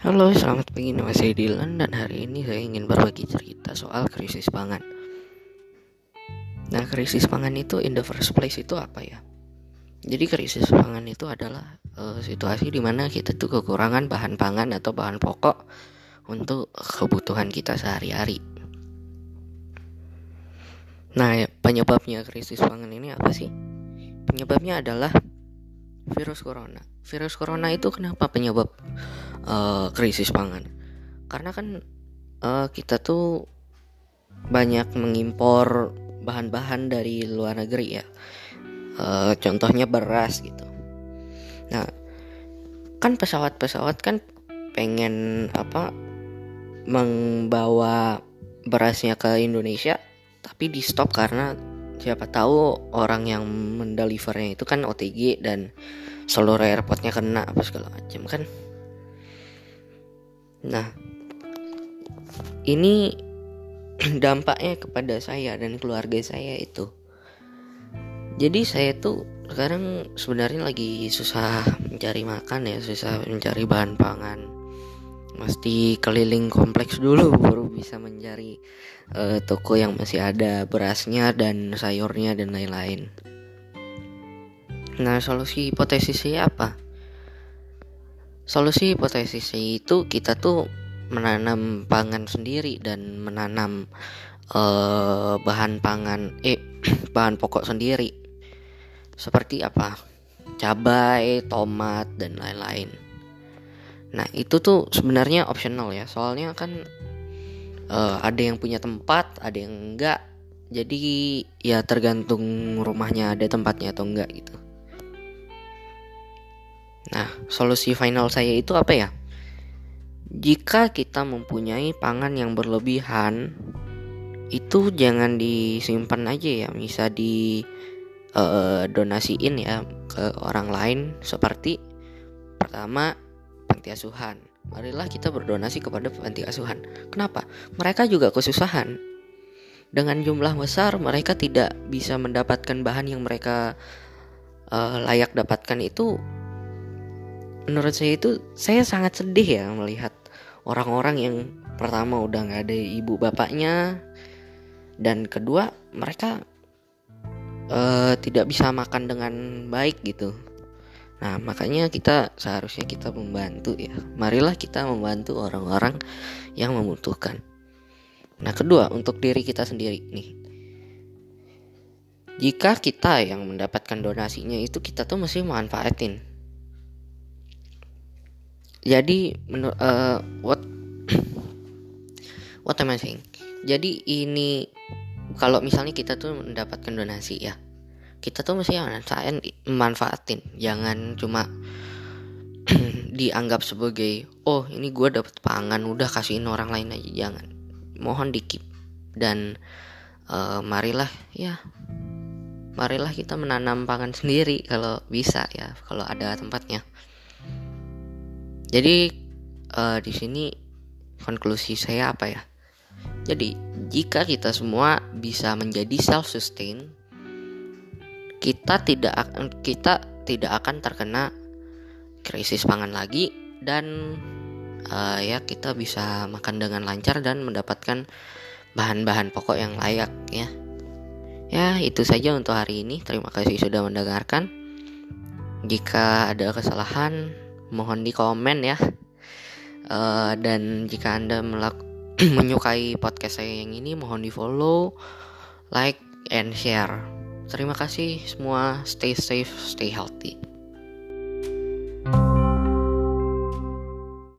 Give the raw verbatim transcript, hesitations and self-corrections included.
Halo, selamat pagi. Nama saya Dylan dan hari ini saya ingin berbagi cerita soal krisis pangan. Nah, krisis pangan itu in the first place itu apa ya? Jadi krisis pangan itu adalah uh, situasi di mana kita tuh kekurangan bahan pangan atau bahan pokok untuk kebutuhan kita sehari-hari. Nah, penyebabnya krisis pangan ini apa sih? Penyebabnya adalah virus corona. Virus corona itu kenapa penyebab uh, krisis pangan? Karena kan uh, kita tuh banyak mengimpor bahan-bahan dari luar negeri ya. Uh, contohnya beras gitu. Nah, kan pesawat-pesawat kan pengen apa membawa berasnya ke Indonesia, tapi di stop karena siapa tahu orang yang mendelivernya itu kan O T G dan seluruh airportnya kena apa segala macam kan. Nah, ini dampaknya kepada saya dan keluarga saya itu. Jadi saya tuh sekarang sebenarnya lagi susah mencari makan ya, susah mencari bahan pangan. Mesti keliling kompleks dulu baru bisa mencari uh, toko yang masih ada berasnya dan sayurnya dan lain-lain. Nah, solusi hipotesisnya apa? Solusi hipotesisnya itu kita tuh menanam pangan sendiri dan menanam uh, bahan pangan eh bahan pokok sendiri. Seperti apa? Cabai, tomat dan lain-lain. Nah, itu tuh sebenarnya optional ya. Soalnya kan uh, ada yang punya tempat, ada yang enggak. Jadi ya tergantung rumahnya ada tempatnya atau enggak gitu. Nah, solusi final saya itu apa ya? Jika kita mempunyai pangan yang berlebihan, itu jangan disimpan aja ya, bisa di uh, donasiin ya ke orang lain. Seperti pertama, panti asuhan. Marilah kita berdonasi kepada panti asuhan. Kenapa? Mereka juga kesusahan. Dengan jumlah besar mereka tidak bisa mendapatkan bahan yang mereka uh, layak dapatkan itu. Menurut saya itu, saya sangat sedih ya melihat orang-orang yang pertama udah gak ada ibu bapaknya, dan kedua mereka uh, tidak bisa makan dengan baik gitu. Nah, makanya kita seharusnya kita membantu ya. Marilah kita membantu orang-orang yang membutuhkan. Nah, kedua, untuk diri kita sendiri nih. Jika kita yang mendapatkan donasinya itu, kita tuh mesti manfaatin. Jadi menur- uh, what what am I saying? Jadi ini kalau misalnya kita tuh mendapatkan donasi ya, kita tuh mesti manfaatin, manfaatin. Jangan cuma dianggap sebagai oh ini gue dapet pangan udah kasihin orang lain aja, jangan. Mohon di keep dan uh, marilah ya, marilah kita menanam pangan sendiri kalau bisa ya, kalau ada tempatnya. Jadi uh, di sini konklusi saya apa ya? Jadi jika kita semua bisa menjadi self sustain, kita tidak akan kita tidak akan terkena krisis pangan lagi dan uh, ya kita bisa makan dengan lancar dan mendapatkan bahan-bahan pokok yang layak ya. Ya, itu saja untuk hari ini. Terima kasih sudah mendengarkan. Jika ada kesalahan mohon di komen ya. Uh, dan jika Anda melak- menyukai podcast saya yang ini, mohon di follow, like, and share. Terima kasih semua. Stay safe, stay healthy.